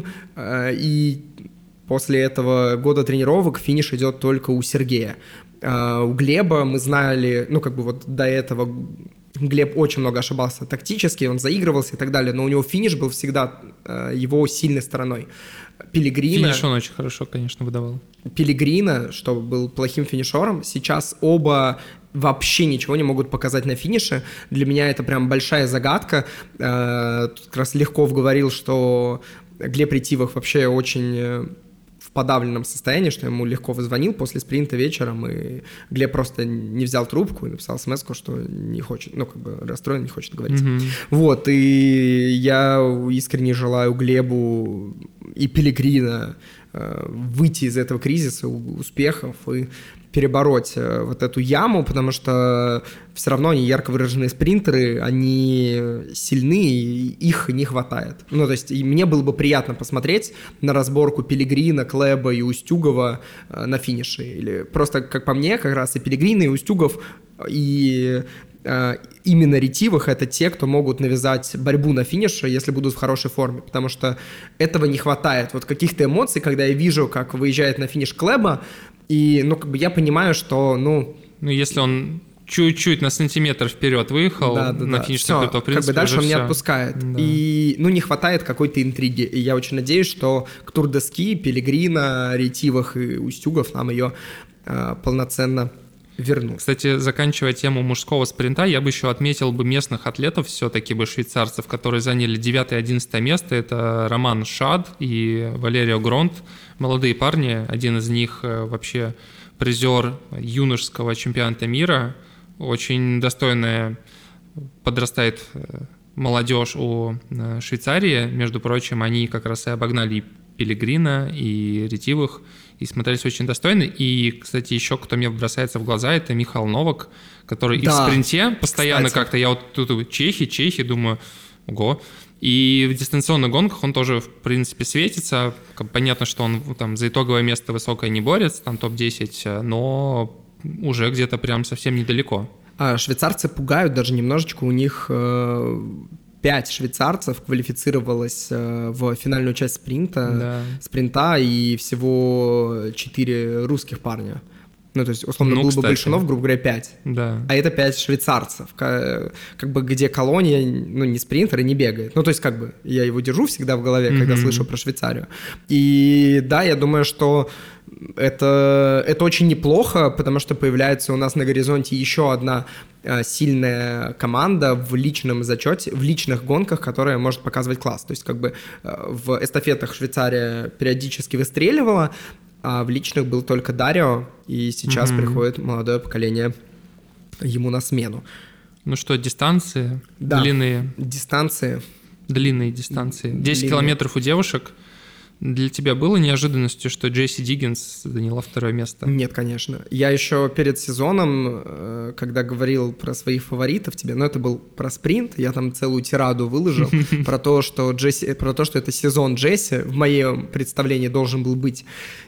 и после этого года тренировок финиш идет только у Сергея. У Глеба мы знали, ну как бы вот до этого Глеб очень много ошибался тактически, он заигрывался и так далее, но у него финиш был всегда его сильной стороной. Пеллегрино... Финиш он очень хорошо, конечно, выдавал. Пеллегрино, что был плохим финишером, сейчас оба вообще ничего не могут показать на финише. Для меня это прям большая загадка. Тут как раз Легков говорил, что Глеб Ретивых вообще очень... в подавленном состоянии, что ему легко звонил после спринта вечером, и Глеб просто не взял трубку и написал смс-ку, что не хочет, ну, как бы расстроен, не хочет говорить. Вот, и я искренне желаю Глебу и Пеллегрино выйти из этого кризиса, успехов и перебороть вот эту яму, потому что все равно они ярко выраженные спринтеры, они сильны, и их не хватает. Ну, то есть, и мне было бы приятно посмотреть на разборку Пеллегрино, Клэба и Устюгова на финише. Или просто, как по мне, как раз и Пеллегрино, и Устюгов, и именно Ретивых — это те, кто могут навязать борьбу на финише, если будут в хорошей форме, потому что этого не хватает. Вот каких-то эмоций, когда я вижу, как выезжает на финиш Клэба, и, ну, как бы я понимаю, что, ну... Ну, если он чуть-чуть на сантиметр вперед выехал на финишную плиту, в принципе, как бы дальше он все. не отпускает. Да. И, ну, не хватает какой-то интриги. И я очень надеюсь, что к Тур де Ски Пеллегрино, Ретивых и Устюгов нам ее полноценно вернут. Кстати, заканчивая тему мужского спринта, я бы еще отметил бы местных атлетов, все-таки бы швейцарцев, которые заняли 9 и 11 место. Это Роман Шад и Валерио Гронт. Молодые парни, один из них вообще призер юношеского чемпионата мира. Очень достойная подрастает молодежь у Швейцарии. Между прочим, они как раз и обогнали Пеллегрино и Ретивых, и смотрелись очень достойно. И, кстати, еще кто мне бросается в глаза, это Михаил Новак, который и в спринте постоянно как-то, я вот тут чехи, думаю, ого. И в дистанционных гонках он тоже, в принципе, светится. Понятно, что он там за итоговое место высокое не борется, там топ-10, но уже где-то прям совсем недалеко. Швейцарцы пугают даже немножечко, у них 5 швейцарцев квалифицировалось в финальную часть спринта, и всего 4 русских парня. Ну, то есть, условно, был бы Большунов, грубо говоря, 5. Да. А это 5 швейцарцев, как бы где Колония, ну, не спринтер и не бегает. Ну, то есть, как бы, я его держу всегда в голове, когда слышу про Швейцарию. И да, я думаю, что это очень неплохо, потому что появляется у нас на горизонте еще одна сильная команда в личном зачете, в личных гонках, которая может показывать класс. То есть, как бы, в эстафетах Швейцария периодически выстреливала, а в личных был только Дарио, и сейчас приходит молодое поколение ему на смену. Ну что, дистанции? Да. Длинные Дистанции. 10 километров у девушек. Для тебя было неожиданностью, что Джесси Диггинс заняла 2 место? Нет, конечно. Я еще перед сезоном, когда говорил про своих фаворитов тебе, но это был про спринт, я там целую тираду выложил про то, что это сезон Джесси в моем представлении должен был быть.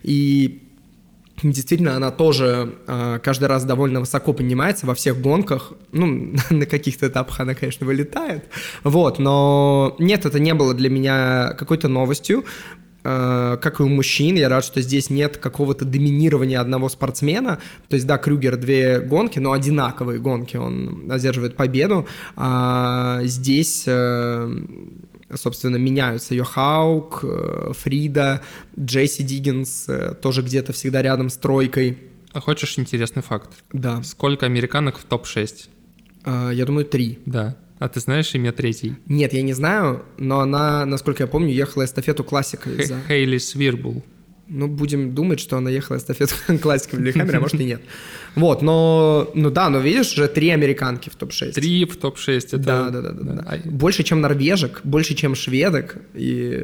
И действительно, она тоже каждый раз довольно высоко поднимается во всех гонках. Ну, на каких-то этапах она, конечно, вылетает. Вот, но нет, это не было для меня какой-то новостью. Как и у мужчин, я рад, что здесь нет какого-то доминирования одного спортсмена. То есть, да, Крюгер 2 гонки, но одинаковые гонки, он одерживает победу. А здесь, собственно, меняются Йохаук, Фрида, Джесси Диггинс, тоже где-то всегда рядом с тройкой. А хочешь интересный факт? Да. Сколько американок в топ-6? Я думаю, 3. Да. А ты знаешь имя 3-й? Нет, я не знаю, но она, насколько я помню, ехала эстафету классика. Хейли Свирбул. Ну, будем думать, что она ехала эстафету классика в Лиллехаммере, а может и нет. Вот, но видишь, уже 3 американки в топ-6. 3 в топ-6. Это... Да. Больше, чем норвежек, больше, чем шведок. И...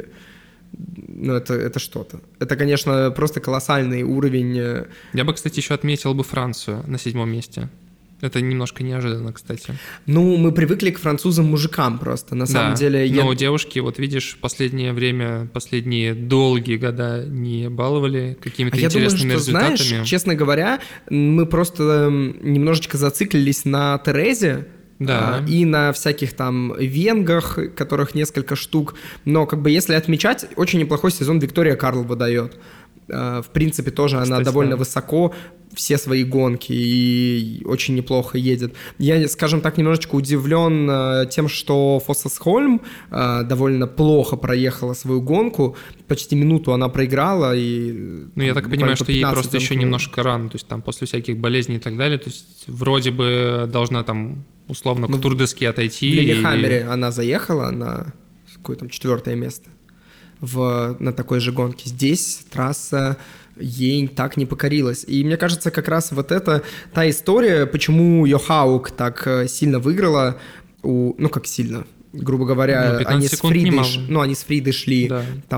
Ну, это что-то. Это, конечно, просто колоссальный уровень. Я бы, кстати, еще отметил бы Францию на 7 месте. Это немножко неожиданно, кстати. Ну, мы привыкли к французам-мужикам просто, на самом деле. Но девушки, вот видишь, в последнее время, последние долгие года не баловали какими-то интересными результатами. Знаешь, честно говоря, мы просто немножечко зациклились на Терезе, да. И на всяких там венгах, которых несколько штук. Но как бы если отмечать, очень неплохой сезон Виктория Карл выдает. В принципе, тоже она довольно высоко все свои гонки и очень неплохо едет. Я, скажем так, немножечко удивлен тем, что Фоссесхольм довольно плохо проехала свою гонку. Почти минуту она проиграла. Ну, я так понимаю, что ей просто еще немножко рано. То есть там после всяких болезней и так далее. То есть вроде бы должна там условно к Тур-де-Ски отойти. В Лиллехаммере она заехала на какое-то 4 место на такой же гонке. Здесь трасса ей так не покорилась. И мне кажется, как раз вот это та история, почему Йохаук так сильно выиграла. Ну, как сильно? Грубо говоря, они с Фридой шли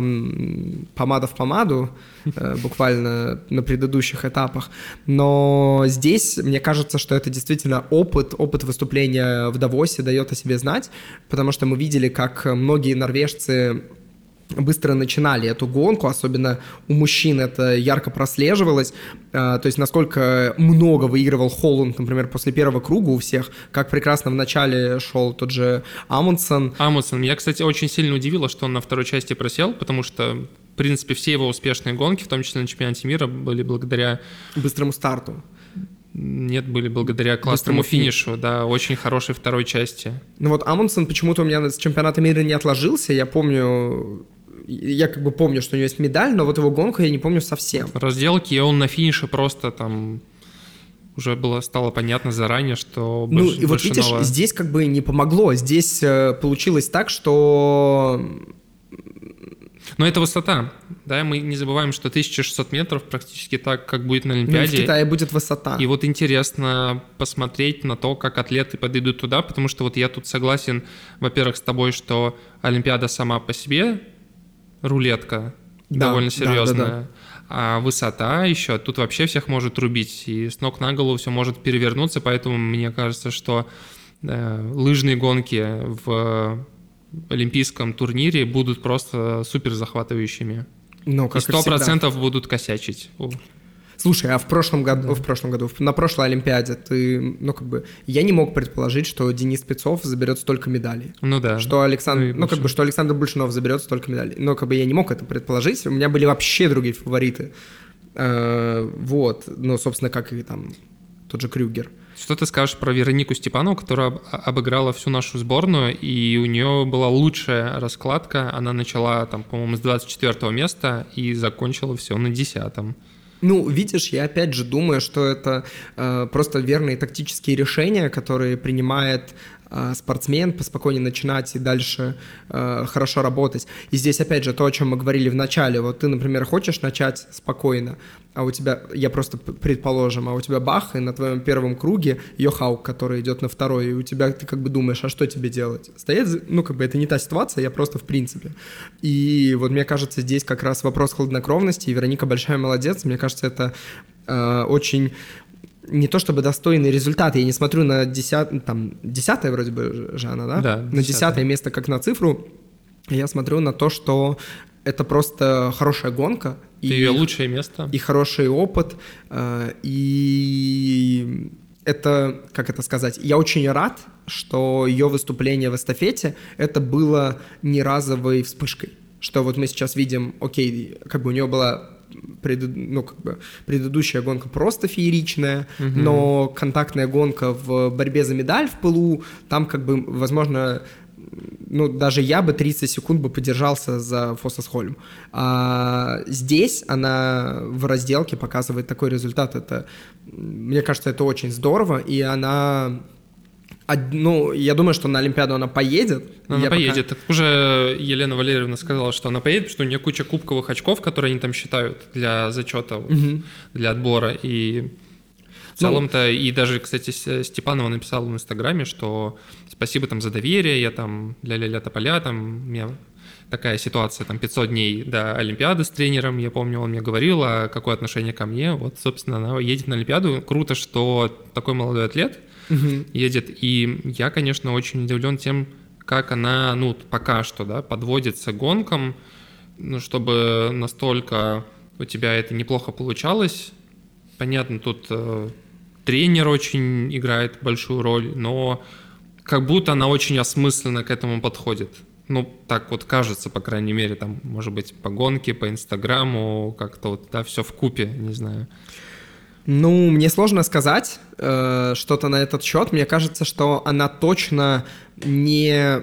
там помада в помаду, буквально на предыдущих этапах. Но здесь, мне кажется, что это действительно опыт выступления в Давосе дает о себе знать, потому что мы видели, как многие норвежцы быстро начинали эту гонку, особенно у мужчин это ярко прослеживалось, то есть насколько много выигрывал Холланд, например, после первого круга у всех, как прекрасно в начале шел тот же Амундсен. Меня, кстати, очень сильно удивило, что он на второй части просел, потому что, в принципе, все его успешные гонки, в том числе на чемпионате мира, были благодаря... быстрому старту. Нет, были благодаря классному финишу, да, очень хорошей второй части. Ну вот Амундсен почему-то у меня с чемпионата мира не отложился, я как бы помню, что у него есть медаль, но вот его гонку я не помню совсем. В разделке, и он на финише просто там уже стало понятно заранее, что Ну и вот видишь, здесь как бы не помогло, здесь получилось так, что... Но это высота, да, мы не забываем, что 1600 метров практически так, как будет на Олимпиаде. Ну, в Китае будет высота. И вот интересно посмотреть на то, как атлеты подойдут туда, потому что вот я тут согласен, во-первых, с тобой, что Олимпиада сама по себе рулетка довольно серьезная, да. А высота еще, тут вообще всех может рубить, и с ног на голову все может перевернуться, поэтому мне кажется, что лыжные гонки в олимпийском турнире будут просто супер захватывающими. Ну, как и 100% будут косячить. Слушай, а на прошлой Олимпиаде я не мог предположить, что Денис Спецов заберет столько медалей. Ну да. Что что Александр Большунов заберет столько медалей. Но я не мог это предположить. У меня были вообще другие фавориты. Собственно, как и там тот же Крюгер. Что ты скажешь про Веронику Степанову, которая обыграла всю нашу сборную, и у нее была лучшая раскладка. Она начала, по-моему, с 24 места и закончила все на 10-м. Ну, видишь, я опять же думаю, что это просто верные тактические решения, которые принимает спортсмен, поспокойнее начинать и дальше хорошо работать. И здесь, опять же, то, о чем мы говорили в начале. Вот ты, например, хочешь начать спокойно, а у тебя, я просто предположим, а у тебя бах, и на твоем первом круге йохаук, который идет на второй, и у тебя ты как бы думаешь, а что тебе делать? Стоять, ну, как бы это не та ситуация, я просто в принципе. И вот мне кажется, здесь как раз вопрос хладнокровности, и Вероника большая молодец, мне кажется, это очень... Не то чтобы достойный результат, я не смотрю на 10-е вроде бы же она, да? Да, на 10-е место как на цифру, я смотрю на то, что это просто хорошая гонка. Это ее лучшее место. И хороший опыт, и это, как это сказать, я очень рад, что ее выступление в эстафете, это было не разовой вспышкой, что вот мы сейчас видим, окей, как бы у нее была предыдущая гонка просто фееричная, но контактная гонка в борьбе за медаль в пылу, там как бы, возможно, ну, даже я бы 30 секунд бы подержался за Фоссасхольм. А здесь она в разделке показывает такой результат. Это, мне кажется, это очень здорово, и она... Ну, я думаю, что на Олимпиаду она поедет. Она поедет. Так уже Елена Валерьевна сказала, что она поедет, потому что у нее куча кубковых очков, которые они там считают для зачета, для отбора. И в целом-то, и даже, кстати, Степанова написала в Инстаграме, что спасибо там за доверие, я там ля-ля-ля тополя, там у меня такая ситуация, там 500 дней до Олимпиады с тренером, я помню, он мне говорил, а какое отношение ко мне. Вот, собственно, она едет на Олимпиаду. Круто, что такой молодой атлет едет. И я, конечно, очень удивлен тем, как она, ну, пока что, да, подводится к гонкам, ну, чтобы настолько у тебя это неплохо получалось. Понятно, тут тренер очень играет большую роль, но как будто она очень осмысленно к этому подходит. Ну, так вот кажется, по крайней мере, там, может быть, по гонке, по Инстаграму, как-то вот, да, все вкупе, не знаю. Ну, мне сложно сказать что-то на этот счет. Мне кажется, что она точно не...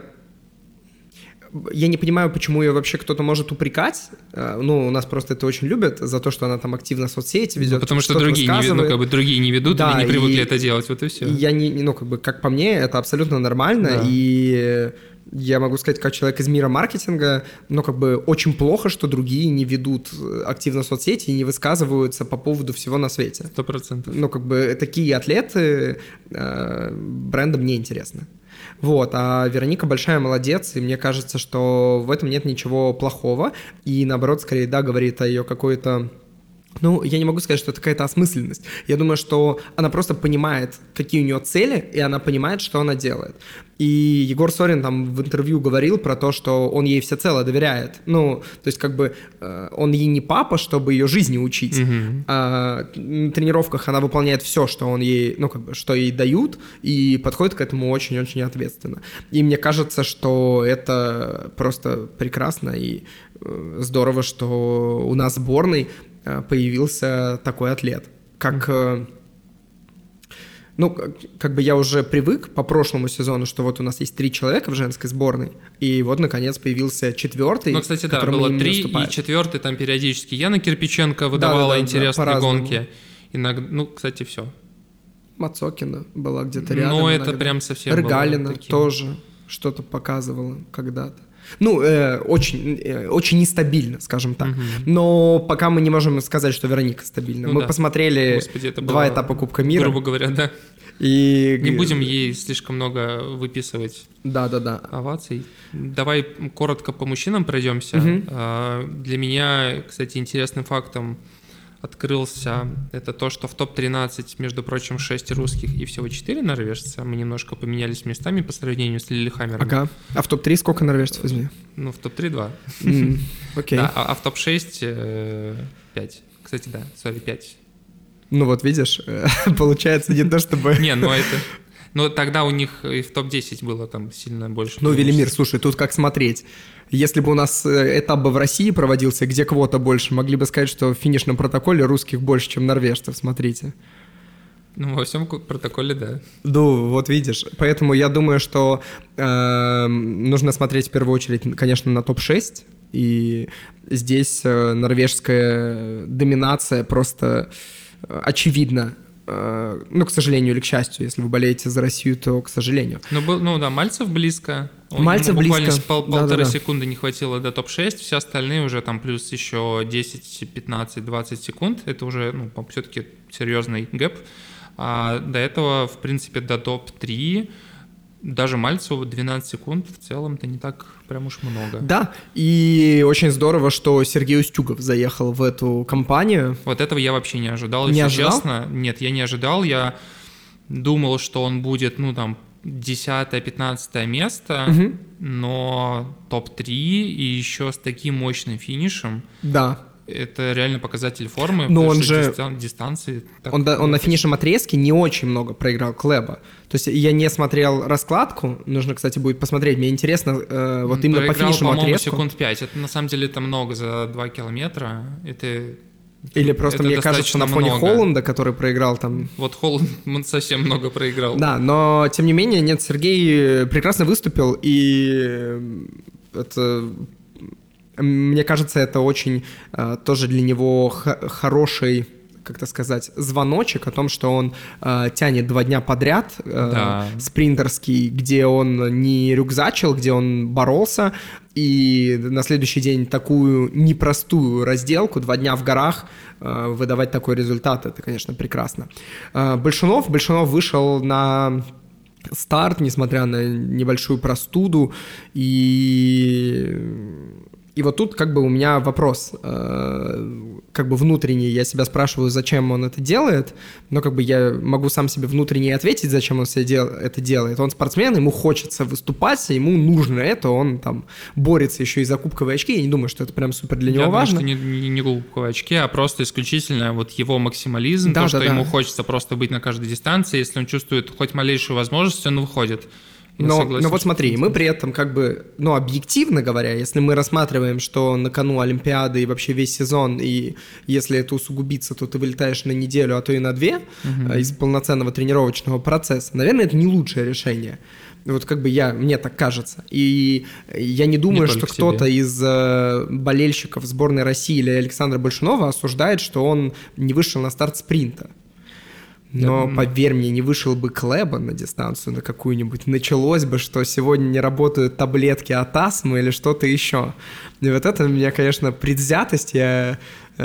Я не понимаю, почему ее вообще кто-то может упрекать. Ну, у нас просто это очень любят за то, что она там активно соцсети ведет. Ну, потому что другие не ведут, да, или не привыкли это делать, вот и все. Я не, ну, как бы, как по мне, это абсолютно нормально, да. И я могу сказать, как человек из мира маркетинга, ну, как бы, очень плохо, что другие не ведут активно соцсети и не высказываются по поводу всего на свете. 100%. Ну, как бы, такие атлеты брендам не интересны. Вот, а Вероника большая молодец, и мне кажется, что в этом нет ничего плохого, и наоборот, скорее, да, говорит о ее какой-то... Ну, я не могу сказать, что это какая-то осмысленность. Я думаю, что она просто понимает, какие у нее цели, и она понимает, что она делает. И Егор Сорин там в интервью говорил про то, что он ей всецело доверяет. Ну, то есть как бы он ей не папа, чтобы ее жизни учить. А на тренировках она выполняет все, что он ей, ну, как бы, что ей дают, и подходит к этому очень-очень ответственно. И мне кажется, что это просто прекрасно и здорово, что у нас в сборной появился такой атлет. Как, ну, как бы я уже привык по прошлому сезону, что вот у нас есть 3 человека в женской сборной, и вот, наконец, появился 4-й. Ну, кстати, да, было 3, и 4-й там периодически Яна Кирпиченко выдавала интересные гонки. Иногда, ну, кстати, все. Мацокина была где-то рядом. Ну, это прям совсем Рыгалина тоже что-то показывала когда-то. Ну, очень нестабильно, скажем так. Но пока мы не можем сказать, что Вероника стабильна. Мы посмотрели 2 этапа Кубка мира. Грубо говоря, да. И... Не будем ей слишком много выписывать оваций. Давай коротко по мужчинам пройдемся. Для меня, кстати, интересным фактом открылся это то, что в топ-13, между прочим, 6 русских и всего 4 норвежца. Мы немножко поменялись местами по сравнению с Лилихаммером. Ага. А в топ-3 сколько норвежцев возьми? Ну, в топ-3 2. Окей. Да, а в топ-6 5. Кстати, да, 5. Ну вот видишь, получается не то чтобы... Не, ну это... Но тогда у них и в топ-10 было там сильно больше. Ну, Велимир, слушай, тут как смотреть. Если бы у нас этап бы в России проводился, где квота больше, могли бы сказать, что в финишном протоколе русских больше, чем норвежцев, смотрите. Ну, во всем протоколе, да. Ну, вот видишь. Поэтому я думаю, что нужно смотреть в первую очередь, конечно, на топ-6. И здесь норвежская доминация просто очевидна. к сожалению или к счастью, если вы болеете за Россию, то к сожалению. Мальцев близко. Мальцев буквально близко. Полторы секунды не хватило до топ-6, все остальные уже там плюс еще 10, 15, 20 секунд. Это уже, все-таки серьезный гэп. А до этого, в принципе, до топ-3 даже Мальцеву 12 секунд в целом-то не так прям уж много. Да, и очень здорово, что Сергей Устюгов заехал в эту компанию. Вот этого я вообще не ожидал, не если ожидал? честно. Нет, я не ожидал, я думал, что он будет, 10-15 место, но топ-3 и еще с таким мощным финишем. Да. Это реально показатель формы, но потому он что же дистанции... Он на финишном отрезке не очень много проиграл Клэба. То есть я не смотрел раскладку, нужно, кстати, будет посмотреть. Мне интересно, вот именно проиграл, по финишному по-моему, отрезку. секунд 5. Это на самом деле это много за 2 километра. Или просто мне кажется, на фоне Холланда, который проиграл там... Вот Холланд совсем много проиграл. Да, но тем не менее, нет, Сергей прекрасно выступил, и это... Мне кажется, это очень тоже для него хороший, как-то сказать, звоночек о том, что он тянет 2 дня подряд спринтерский, где он не рюкзачил, где он боролся, и на следующий день такую непростую разделку, 2 дня в горах, выдавать такой результат, это, конечно, прекрасно. Большунов вышел на старт, несмотря на небольшую простуду, и вот тут как бы у меня вопрос, как бы внутренний, я себя спрашиваю, зачем он это делает, но как бы я могу сам себе внутренне ответить, зачем он это делает. Он спортсмен, ему хочется выступать, ему нужно это, он там борется еще и за кубковые очки, я не думаю, что это прям супер для него важно. Я думаю, что не кубковые очки, а просто исключительно вот его максимализм, что ему хочется просто быть на каждой дистанции, если он чувствует хоть малейшую возможность, он выходит. Но вот смотри, мы при этом как бы, объективно говоря, если мы рассматриваем, что на кону Олимпиады и вообще весь сезон, и если это усугубится, то ты вылетаешь на неделю, а то и на 2 из полноценного тренировочного процесса, наверное, это не лучшее решение. Вот как бы мне так кажется. И я не думаю, что кто-то из болельщиков сборной России или Александра Большунова осуждает, что он не вышел на старт спринта. Но, поверь мне, не вышел бы Клэба на дистанцию на какую-нибудь, началось бы, что сегодня не работают таблетки от астмы или что-то еще. И вот это у меня, конечно, предвзятость, я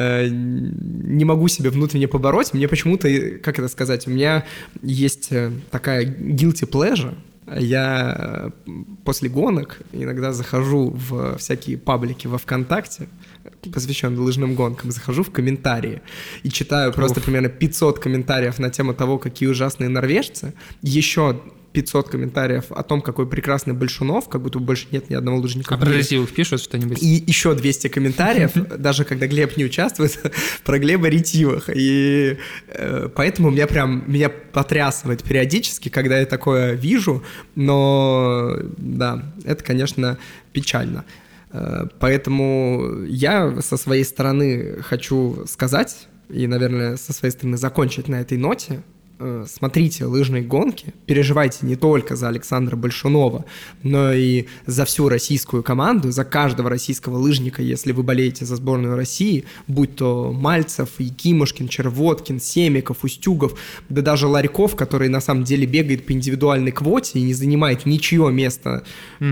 не могу себя внутренне побороть. Мне почему-то, как это сказать, у меня есть такая guilty pleasure. Я после гонок иногда захожу в всякие паблики во ВКонтакте, посвященные лыжным гонкам, захожу в комментарии и читаю просто примерно 500 комментариев на тему того, какие ужасные норвежцы, еще 500 комментариев о том, какой прекрасный Большунов, как будто больше нет ни одного лыжника. А про Ретивых пишут что-нибудь? И еще 200 комментариев, даже когда Глеб не участвует, про Глеба Ретивых. И поэтому меня потрясывает периодически, когда я такое вижу, но да, это, конечно, печально. Поэтому я со своей стороны хочу сказать, и, наверное, со своей стороны закончить на этой ноте. Смотрите лыжные гонки, переживайте не только за Александра Большунова, но и за всю российскую команду, за каждого российского лыжника, если вы болеете за сборную России, будь то Мальцев, Якимушкин, Червоткин, Семиков, Устюгов, да даже Ларьков, который на самом деле бегает по индивидуальной квоте и не занимает ничье место.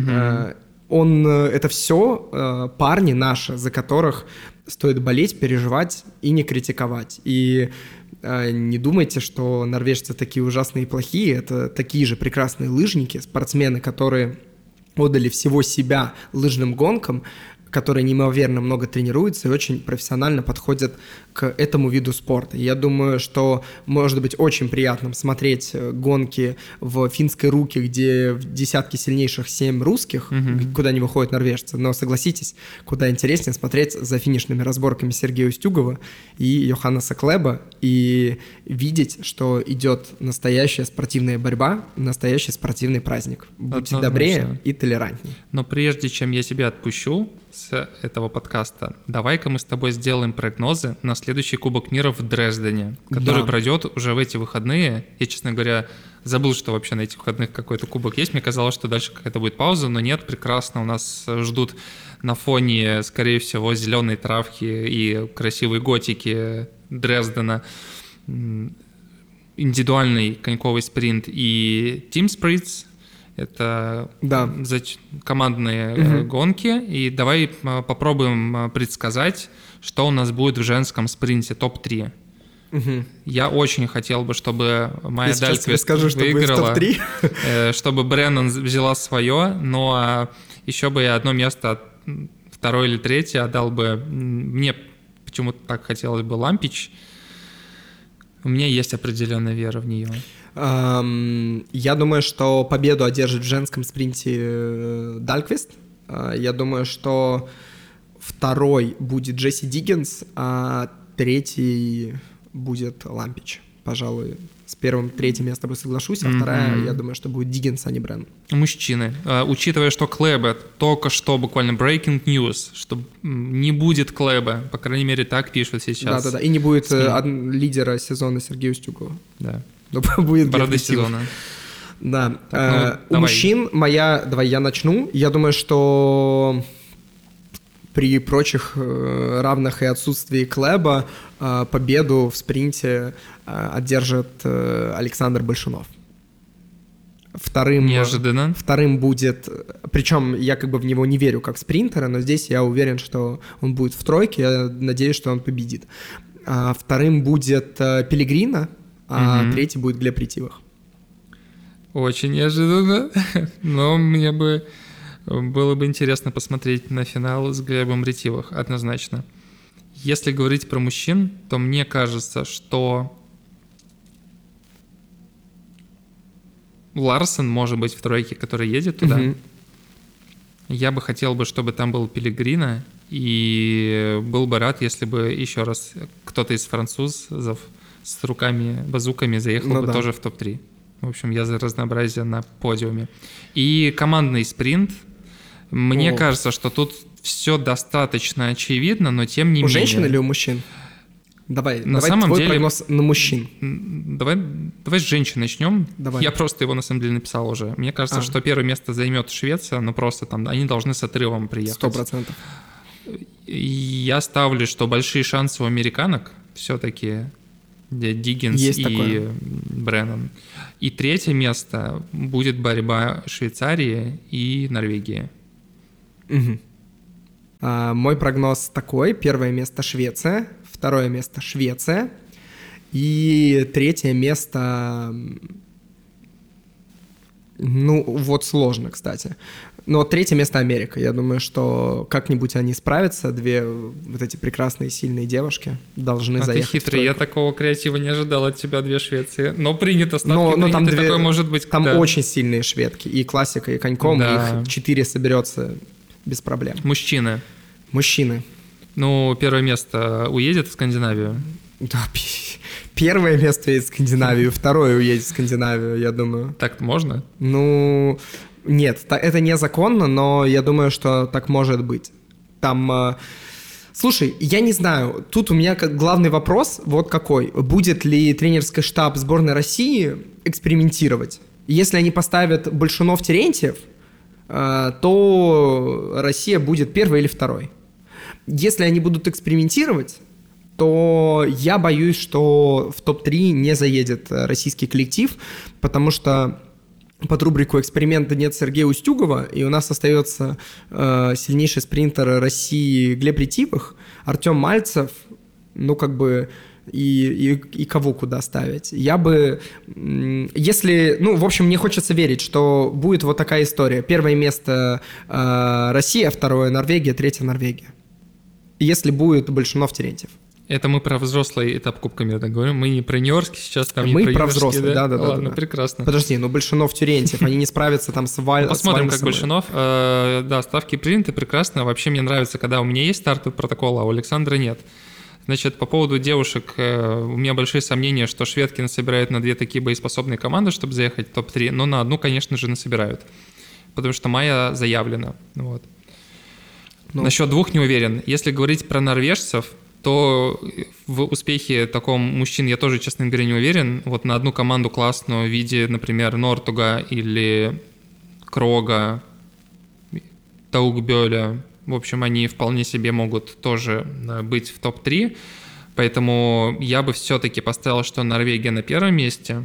Это все парни наши, за которых стоит болеть, переживать и не критиковать. И не думайте, что норвежцы такие ужасные и плохие. Это такие же прекрасные лыжники, спортсмены, которые отдали всего себя лыжным гонкам, которые неимоверно много тренируются и очень профессионально подходят к этому виду спорта. Я думаю, что может быть очень приятным смотреть гонки в финской Руке, где в десятке сильнейших 7 русских, куда не выходят норвежцы. Но согласитесь, куда интереснее смотреть за финишными разборками Сергея Устюгова и Йоханнеса Клэба и видеть, что идет настоящая спортивная борьба, настоящий спортивный праздник. Будьте добрее и толерантнее. Но прежде чем я тебя отпущу с этого подкаста, давай-ка мы с тобой сделаем прогнозы на следующий Кубок мира в Дрездене, который пройдет уже в эти выходные. Я, честно говоря, забыл, что вообще на этих выходных какой-то кубок есть. Мне казалось, что дальше какая-то будет пауза, но нет, прекрасно. У нас ждут на фоне, скорее всего, зеленой травки и красивой готики Дрездена индивидуальный коньковый спринт и Team Sprints. Это командные гонки. И давай попробуем предсказать, что у нас будет в женском спринте топ-3. Я очень хотел бы, чтобы Майя Дальквист выиграла, чтобы Бреннан взяла свое, но еще бы я одно место, второе или третье отдал бы. Мне почему-то так хотелось бы Лампич. У меня есть определенная вера в нее. Я думаю, что победу одержит в женском спринте Дальквист. Я думаю, что второй будет Джесси Диггинс, а третий будет Лампич. Пожалуй, с первым, третьим я с тобой соглашусь, а вторая, я думаю, что будет Диггинс, а не Бреннан. Мужчины. Учитывая, что Клэба только что буквально breaking news, что не будет Клэба, по крайней мере, так пишут сейчас. Да-да-да, и не будет лидера сезона Сергея Устюгова. Да. Но будет бороды сезона. Да. Так, у мужчин давай я начну. Я думаю, что при прочих равных и отсутствии Клэба победу в спринте одержит Александр Большунов. Неожиданно. Вторым будет... Причем я как бы в него не верю как спринтера, но здесь я уверен, что он будет в тройке. Я надеюсь, что он победит. Вторым будет Пеллегрино, а третий будет Глеб Ретивых. Очень неожиданно. Но мне было бы интересно посмотреть на финал с Глебом Ретивых, однозначно. Если говорить про мужчин, то мне кажется, что Ларсен может быть в тройке, который едет туда. Я бы хотел, чтобы там был Пеллегрино, и был бы рад, если бы еще раз кто-то из французов с руками-базуками заехал бы тоже в топ-3. В общем, я за разнообразие на подиуме. И командный спринт. Мне кажется, что тут все достаточно очевидно, но тем не менее... У женщин или у мужчин? Давай самом твой деле, прогноз на мужчин. Давай с женщин начнем. Давай. Я просто его на самом деле написал уже. Мне кажется, что первое место займет Швеция, но просто там они должны с отрывом приехать. 100%. Я ставлю, что большие шансы у американок все-таки Диггинс есть и такое. Бреннан. И третье место будет борьба Швейцарии и Норвегии. Мой прогноз такой. Первое место Швеция, второе место Швеция и третье место... Ну, вот сложно, кстати. Но третье место Америка. Я думаю, что как-нибудь они справятся. Две вот эти прекрасные, сильные девушки должны заехать. Ты хитрый, я такого креатива не ожидал от тебя, две Швеции. Но принято, ставки но приняты, там такое может быть. Там очень сильные шведки. И классика, и коньком. Да. Их 4 соберется без проблем. Мужчины. Ну, первое место уедет в Скандинавию. Да, первое место едет в Скандинавию, второе уедет в Скандинавию, я думаю. Так можно? Ну, нет, это незаконно, но я думаю, что так может быть. Там... Слушай, я не знаю, тут у меня главный вопрос вот какой. Будет ли тренерский штаб сборной России экспериментировать? Если они поставят Большунов-Терентьев, то Россия будет первой или второй. Если они будут экспериментировать, то я боюсь, что в топ-3 не заедет российский коллектив, потому что под рубрику «Эксперимента» нет Сергея Устюгова, и у нас остается сильнейший спринтер России Глеб Ретивых, Артем Мальцев, ну как бы... И кого куда ставить. Я бы, если, ну, в общем, мне хочется верить, что будет вот такая история. Первое место Россия, второе Норвегия, третье Норвегия. Если будет Большунов-Терентьев. Это мы про взрослый этап Кубка мира говорим, мы не про юниорский сейчас, там мы не про взрослый, да. Ладно, прекрасно. Подожди, ну Большунов-Терентьев, они не справятся там с Вальсом. Посмотрим, как Большунов. Да, ставки приняты, прекрасно. Вообще мне нравится, когда у меня есть стартовый протокол, а у Александра нет. Значит, по поводу девушек, у меня большие сомнения, что шведки насобирают на 2 такие боеспособные команды, чтобы заехать в топ-3, но на одну, конечно же, насобирают, потому что Майя заявлена. Вот. Насчет 2 не уверен. Если говорить про норвежцев, то в успехе таком мужчин я тоже, честно говоря, не уверен. Вот на одну команду классную в виде, например, Нортуга или Крога, Таугбёля, в общем, они вполне себе могут тоже быть в топ-3. Поэтому я бы все-таки поставил, что Норвегия на первом месте.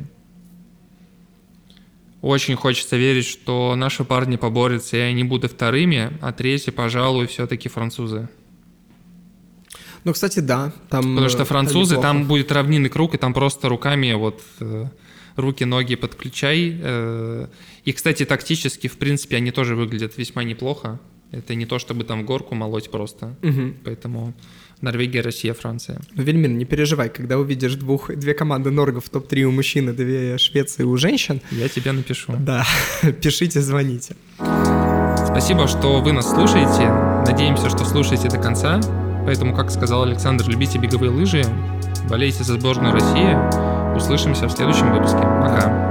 Очень хочется верить, что наши парни поборются, и они будут вторыми, а третьи, пожалуй, все-таки французы. Ну, кстати, да. Там, потому что французы, там будет равнинный круг, и там просто руками руки-ноги подключай. И, кстати, тактически, в принципе, они тоже выглядят весьма неплохо. Это не то, чтобы там горку молоть просто. Поэтому Норвегия, Россия, Франция. Ну, Вельмин, не переживай, когда увидишь две команды норгов в топ-3 у мужчин и 2 Швеции у женщин... Я тебе напишу. Да, пишите, звоните. Спасибо, что вы нас слушаете. Надеемся, что слушаете до конца. Поэтому, как сказал Александр, любите беговые лыжи, болейте за сборную России. Услышимся в следующем выпуске. Пока.